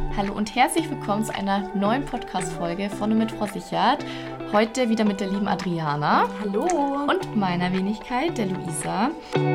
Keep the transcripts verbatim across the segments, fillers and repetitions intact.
Hallo und herzlich willkommen zu einer neuen Podcast-Folge von und mit Frau Sichert. Heute wieder mit der lieben Adriana. Hallo. Und meiner Wenigkeit, der Luisa.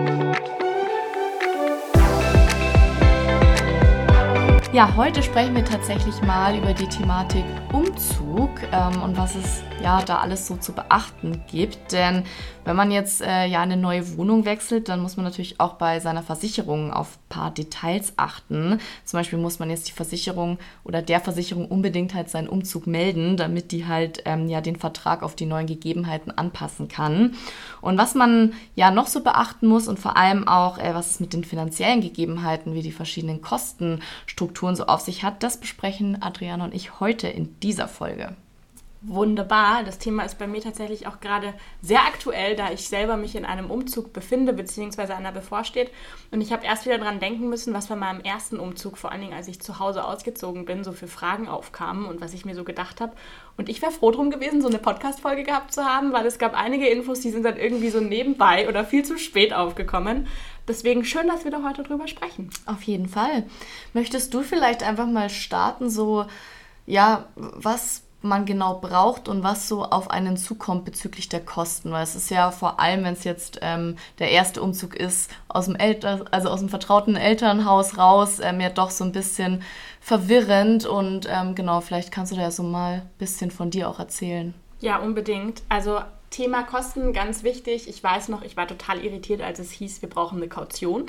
Ja, heute sprechen wir tatsächlich mal über die Thematik Umzug ähm, und was es ja da alles so zu beachten gibt. Denn wenn man jetzt äh, ja eine neue Wohnung wechselt, dann muss man natürlich auch bei seiner Versicherung auf ein paar Details achten. Zum Beispiel muss man jetzt die Versicherung oder der Versicherung unbedingt halt seinen Umzug melden, damit die halt ähm, ja den Vertrag auf die neuen Gegebenheiten anpassen kann. Und was man ja noch so beachten muss und vor allem auch, äh, was es mit den finanziellen Gegebenheiten wie die verschiedenen Kostenstrukturen so auf sich hat, das besprechen Adriana und ich heute in dieser Folge. Wunderbar. Das Thema ist bei mir tatsächlich auch gerade sehr aktuell, da ich selber mich in einem Umzug befinde, beziehungsweise einer bevorsteht. Und ich habe erst wieder dran denken müssen, was bei meinem ersten Umzug, vor allen Dingen als ich zu Hause ausgezogen bin, so für Fragen aufkamen und was ich mir so gedacht habe. Und ich wäre froh drum gewesen, so eine Podcast-Folge gehabt zu haben, weil es gab einige Infos, die sind dann irgendwie so nebenbei oder viel zu spät aufgekommen. Deswegen schön, dass wir da heute drüber sprechen. Auf jeden Fall. Möchtest du vielleicht einfach mal starten, so, ja, was man genau braucht und was so auf einen zukommt bezüglich der Kosten, weil es ist ja vor allem, wenn es jetzt ähm, der erste Umzug ist, aus dem Eltern, also aus dem vertrauten Elternhaus raus, ähm, ja doch so ein bisschen verwirrend und ähm, genau, vielleicht kannst du da ja so mal ein bisschen von dir auch erzählen. Ja, unbedingt. Also Thema Kosten, ganz wichtig. Ich weiß noch, ich war total irritiert, als es hieß, wir brauchen eine Kaution.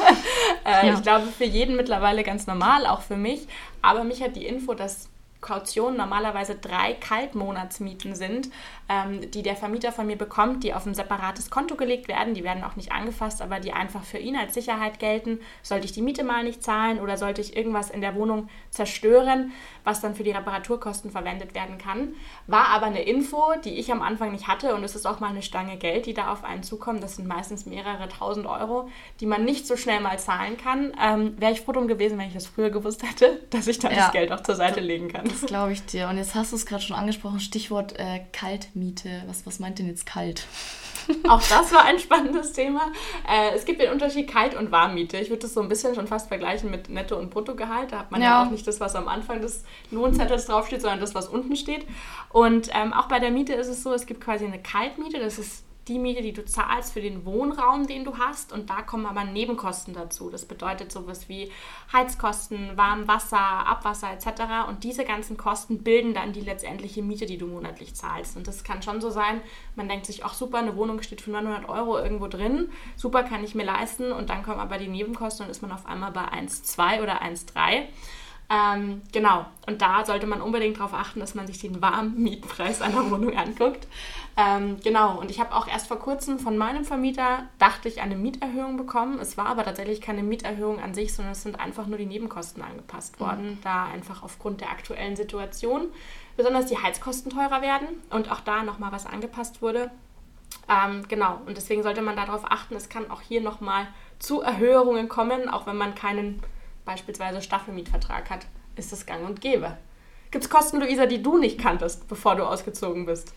äh, ja. Ich glaube, für jeden mittlerweile ganz normal, auch für mich. Aber mich hat die Info, dass Kaution normalerweise drei Kaltmonatsmieten sind, ähm, die der Vermieter von mir bekommt, die auf ein separates Konto gelegt werden. Die werden auch nicht angefasst, aber die einfach für ihn als Sicherheit gelten. Sollte ich die Miete mal nicht zahlen oder sollte ich irgendwas in der Wohnung zerstören, was dann für die Reparaturkosten verwendet werden kann. War aber eine Info, die ich am Anfang nicht hatte und es ist auch mal eine Stange Geld, die da auf einen zukommt. Das sind meistens mehrere tausend Euro, die man nicht so schnell mal zahlen kann. Ähm, wäre ich froh drum gewesen, wenn ich das früher gewusst hätte, dass ich dann ja. das Geld auch zur Seite legen kann. Das glaube ich dir. Und jetzt hast du es gerade schon angesprochen, Stichwort äh, Kaltmiete. Was, was meint denn jetzt kalt? Auch das war ein spannendes Thema. Äh, es gibt den Unterschied Kalt- und Warmmiete. Ich würde das so ein bisschen schon fast vergleichen mit Netto- und Bruttogehalt. Da hat man ja. ja auch nicht das, was am Anfang des Lohnzettels draufsteht, sondern das, was unten steht. Und ähm, auch bei der Miete ist es so, es gibt quasi eine Kaltmiete. Das ist die Miete, die du zahlst für den Wohnraum, den du hast. Und da kommen aber Nebenkosten dazu. Das bedeutet sowas wie Heizkosten, Warmwasser, Abwasser et cetera. Und diese ganzen Kosten bilden dann die letztendliche Miete, die du monatlich zahlst. Und das kann schon so sein, man denkt sich, ach super, eine Wohnung steht für neunhundert Euro irgendwo drin. Super, kann ich mir leisten. Und dann kommen aber die Nebenkosten und ist man auf einmal bei eins Komma zwei oder eins Komma drei. Ähm, genau, und da sollte man unbedingt darauf achten, dass man sich den Warmmietpreis einer Wohnung anguckt. Ähm, genau, und ich habe auch erst vor kurzem von meinem Vermieter, dachte ich, eine Mieterhöhung bekommen. Es war aber tatsächlich keine Mieterhöhung an sich, sondern es sind einfach nur die Nebenkosten angepasst worden, mhm. da einfach aufgrund der aktuellen Situation besonders die Heizkosten teurer werden und auch da nochmal was angepasst wurde. Ähm, genau, und deswegen sollte man darauf achten, es kann auch hier nochmal zu Erhöhungen kommen, auch wenn man keinen beispielsweise Staffelmietvertrag hat, ist das gang und gäbe. Gibt es Kosten, Luisa, die du nicht kanntest, bevor du ausgezogen bist?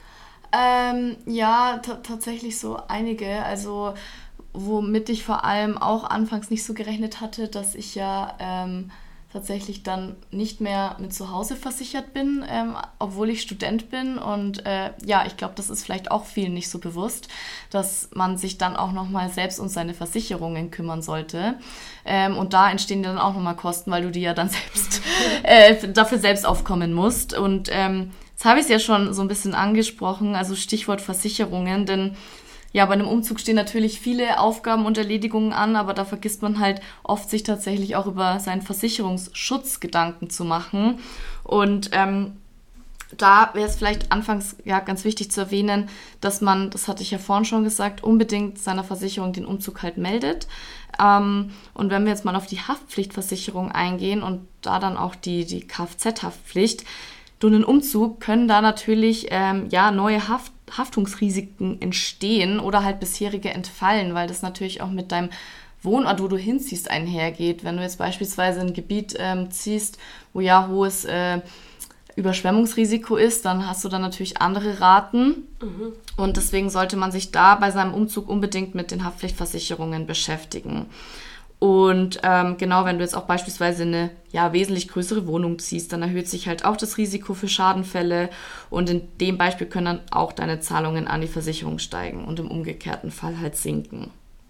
Ähm, ja, t- tatsächlich so einige. Also womit ich vor allem auch anfangs nicht so gerechnet hatte, dass ich ja ähm, tatsächlich dann nicht mehr mit zu Hause versichert bin, ähm, obwohl ich Student bin. Und äh, ja, ich glaube, das ist vielleicht auch vielen nicht so bewusst, dass man sich dann auch nochmal selbst um seine Versicherungen kümmern sollte. Ähm, und da entstehen dann auch nochmal Kosten, weil du die ja dann selbst äh, dafür selbst aufkommen musst. Und ähm, jetzt habe ich es ja schon so ein bisschen angesprochen, also Stichwort Versicherungen, denn ja, bei einem Umzug stehen natürlich viele Aufgaben und Erledigungen an, aber da vergisst man halt oft, sich tatsächlich auch über seinen Versicherungsschutz Gedanken zu machen. Und ähm, da wäre es vielleicht anfangs ja ganz wichtig zu erwähnen, dass man, das hatte ich ja vorhin schon gesagt, unbedingt seiner Versicherung den Umzug halt meldet. Ähm, und wenn wir jetzt mal auf die Haftpflichtversicherung eingehen und da dann auch die, die Kfz-Haftpflicht, durch einen Umzug können da natürlich ähm, ja, neue Haft Haftungsrisiken entstehen oder halt bisherige entfallen, weil das natürlich auch mit deinem Wohnort, wo du hinziehst, einhergeht. Wenn du jetzt beispielsweise ein Gebiet ähm, ziehst, wo ja hohes äh, Überschwemmungsrisiko ist, dann hast du dann natürlich andere Raten. Mhm. Und deswegen sollte man sich da bei seinem Umzug unbedingt mit den Haftpflichtversicherungen beschäftigen. Und ähm, genau, wenn du jetzt auch beispielsweise eine ja, wesentlich größere Wohnung ziehst, dann erhöht sich halt auch das Risiko für Schadenfälle. Und in dem Beispiel können dann auch deine Zahlungen an die Versicherung steigen und im umgekehrten Fall halt sinken.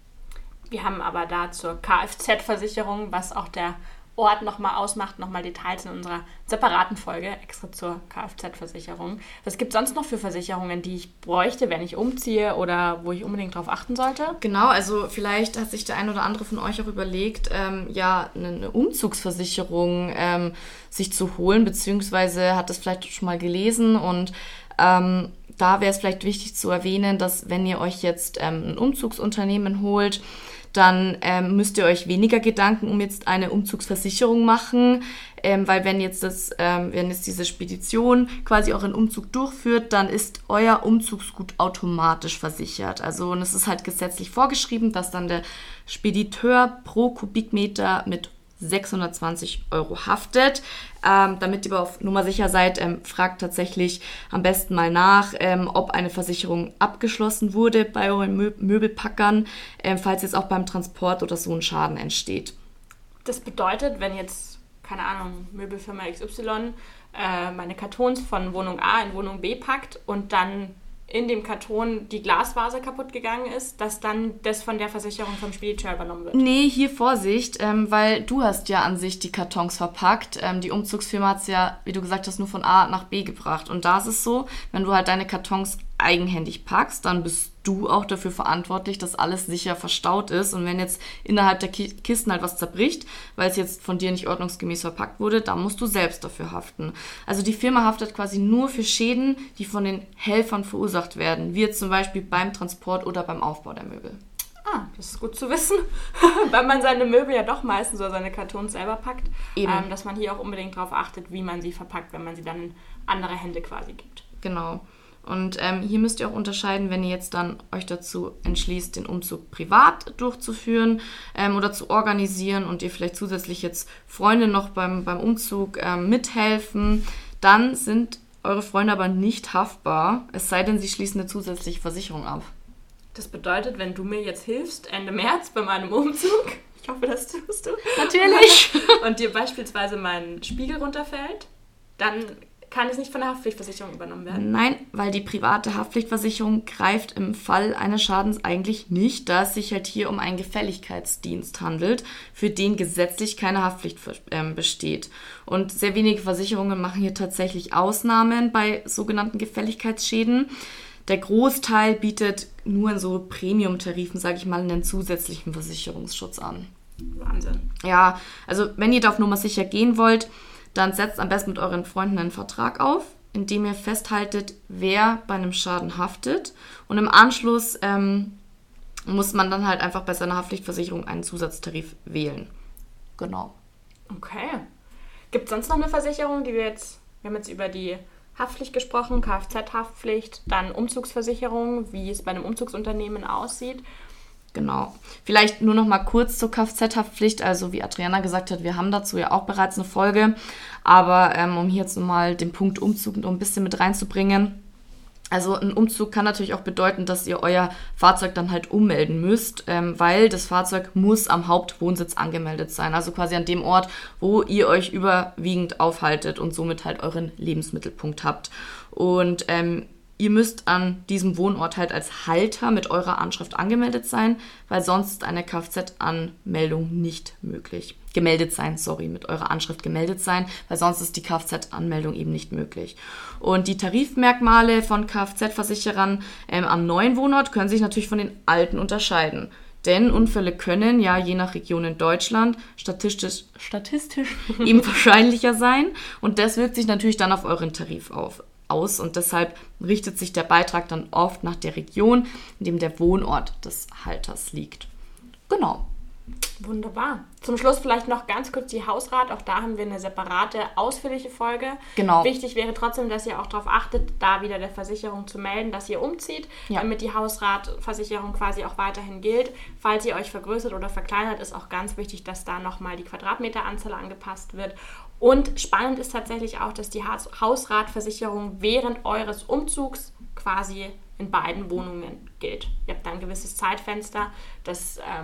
Wir haben aber da zur Kfz-Versicherung, was auch der Ort nochmal ausmacht, nochmal Details in unserer separaten Folge, extra zur Kfz-Versicherung. Was gibt es sonst noch für Versicherungen, die ich bräuchte, wenn ich umziehe oder wo ich unbedingt drauf achten sollte? Genau, also vielleicht hat sich der ein oder andere von euch auch überlegt, ähm, ja, eine Umzugsversicherung ähm, sich zu holen, beziehungsweise hat das vielleicht schon mal gelesen und ähm, da wäre es vielleicht wichtig zu erwähnen, dass wenn ihr euch jetzt ähm, ein Umzugsunternehmen holt, dann ähm, müsst ihr euch weniger Gedanken um jetzt eine Umzugsversicherung machen, ähm, weil wenn jetzt das, ähm, wenn jetzt diese Spedition quasi euren Umzug durchführt, dann ist euer Umzugsgut automatisch versichert. Also und es ist halt gesetzlich vorgeschrieben, dass dann der Spediteur pro Kubikmeter mit sechshundertzwanzig Euro haftet. Ähm, damit ihr aber auf Nummer sicher seid, ähm, fragt tatsächlich am besten mal nach, ähm, ob eine Versicherung abgeschlossen wurde bei euren Mö- Möbelpackern, ähm, falls jetzt auch beim Transport oder so ein Schaden entsteht. Das bedeutet, wenn jetzt, keine Ahnung, Möbelfirma X Y äh, meine Kartons von Wohnung A in Wohnung B packt und dann in dem Karton die Glasvase kaputt gegangen ist, dass dann das von der Versicherung vom Spediteur übernommen wird? Nee, hier Vorsicht, ähm, weil du hast ja an sich die Kartons verpackt. Ähm, die Umzugsfirma hat es ja, wie du gesagt hast, nur von A nach B gebracht. Und da ist es so, wenn du halt deine Kartons eigenhändig packst, dann bist du auch dafür verantwortlich, dass alles sicher verstaut ist. Und wenn jetzt innerhalb der Ki- Kisten halt was zerbricht, weil es jetzt von dir nicht ordnungsgemäß verpackt wurde, dann musst du selbst dafür haften. Also die Firma haftet quasi nur für Schäden, die von den Helfern verursacht werden, wie jetzt zum Beispiel beim Transport oder beim Aufbau der Möbel. Ah, das ist gut zu wissen, weil man seine Möbel ja doch meistens oder seine Kartons selber packt, ähm, dass man hier auch unbedingt darauf achtet, wie man sie verpackt, wenn man sie dann in andere Hände quasi gibt. Genau. Und ähm, hier müsst ihr auch unterscheiden, wenn ihr jetzt dann euch dazu entschließt, den Umzug privat durchzuführen ähm, oder zu organisieren und ihr vielleicht zusätzlich jetzt Freunde noch beim, beim Umzug ähm, mithelfen, dann sind eure Freunde aber nicht haftbar, es sei denn, sie schließen eine zusätzliche Versicherung ab. Das bedeutet, wenn du mir jetzt hilfst, Ende März bei meinem Umzug, ich hoffe, das tust du. Natürlich. Und dir beispielsweise mein Spiegel runterfällt, dann kann es nicht von der Haftpflichtversicherung übernommen werden? Nein, weil die private Haftpflichtversicherung greift im Fall eines Schadens eigentlich nicht, da es sich halt hier um einen Gefälligkeitsdienst handelt, für den gesetzlich keine Haftpflicht äh, besteht. Und sehr wenige Versicherungen machen hier tatsächlich Ausnahmen bei sogenannten Gefälligkeitsschäden. Der Großteil bietet nur in so Premium-Tarifen, sage ich mal, einen zusätzlichen Versicherungsschutz an. Wahnsinn. Ja, also wenn ihr da auf Nummer sicher gehen wollt, dann setzt am besten mit euren Freunden einen Vertrag auf, in dem ihr festhaltet, wer bei einem Schaden haftet. Und im Anschluss ähm, muss man dann halt einfach bei seiner Haftpflichtversicherung einen Zusatztarif wählen. Genau. Okay. Gibt es sonst noch eine Versicherung, die wir jetzt, wir haben jetzt über die Haftpflicht gesprochen, Kfz-Haftpflicht, dann Umzugsversicherung, wie es bei einem Umzugsunternehmen aussieht? Genau. Vielleicht nur noch mal kurz zur Kfz-Haftpflicht. Also wie Adriana gesagt hat, wir haben dazu ja auch bereits eine Folge. Aber ähm, um hier jetzt nochmal den Punkt Umzug noch ein bisschen mit reinzubringen. Also ein Umzug kann natürlich auch bedeuten, dass ihr euer Fahrzeug dann halt ummelden müsst, ähm, weil das Fahrzeug muss am Hauptwohnsitz angemeldet sein. Also quasi an dem Ort, wo ihr euch überwiegend aufhaltet und somit halt euren Lebensmittelpunkt habt. Und ähm, ihr müsst an diesem Wohnort halt als Halter mit eurer Anschrift angemeldet sein, weil sonst ist eine Kfz-Anmeldung nicht möglich. Gemeldet sein, sorry, mit eurer Anschrift gemeldet sein, weil sonst ist die Kfz-Anmeldung eben nicht möglich. Und die Tarifmerkmale von Kfz-Versicherern ähm, am neuen Wohnort können sich natürlich von den alten unterscheiden. Denn Unfälle können ja je nach Region in Deutschland statistisch, statistisch eben wahrscheinlicher sein und das wirkt sich natürlich dann auf euren Tarif auf. aus und deshalb richtet sich der Beitrag dann oft nach der Region, in dem der Wohnort des Halters liegt. Genau. Wunderbar. Zum Schluss vielleicht noch ganz kurz die Hausrat. Auch da haben wir eine separate, ausführliche Folge. Genau. Wichtig wäre trotzdem, dass ihr auch darauf achtet, da wieder der Versicherung zu melden, dass ihr umzieht, ja. damit die Hausratversicherung quasi auch weiterhin gilt. Falls ihr euch vergrößert oder verkleinert, ist auch ganz wichtig, dass da nochmal die Quadratmeteranzahl angepasst wird. Und spannend ist tatsächlich auch, dass die Hausratversicherung während eures Umzugs quasi in beiden Wohnungen gilt. Ihr habt dann ein gewisses Zeitfenster, das ähm,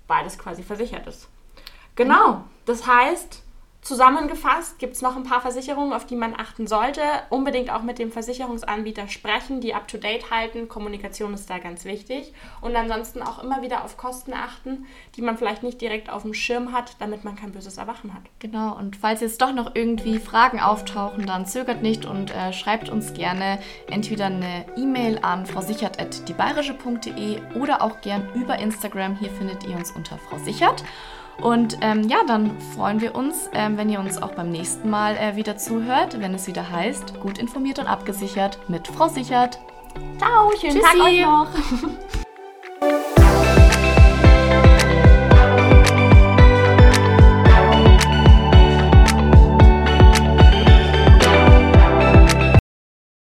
beides quasi versichert ist. Genau, das heißt, zusammengefasst gibt es noch ein paar Versicherungen, auf die man achten sollte. Unbedingt auch mit dem Versicherungsanbieter sprechen, die up-to-date halten. Kommunikation ist da ganz wichtig. Und ansonsten auch immer wieder auf Kosten achten, die man vielleicht nicht direkt auf dem Schirm hat, damit man kein böses Erwachen hat. Genau, und falls jetzt doch noch irgendwie Fragen auftauchen, dann zögert nicht und äh, schreibt uns gerne entweder eine E-Mail an frausichert at diebayerische punkt de oder auch gern über Instagram. Hier findet ihr uns unter Frau Sichert. Und ähm, ja, dann freuen wir uns, ähm, wenn ihr uns auch beim nächsten Mal äh, wieder zuhört, wenn es wieder heißt, gut informiert und abgesichert mit Frau Sichert. Ciao, schönen Tschüssi. Tag euch noch.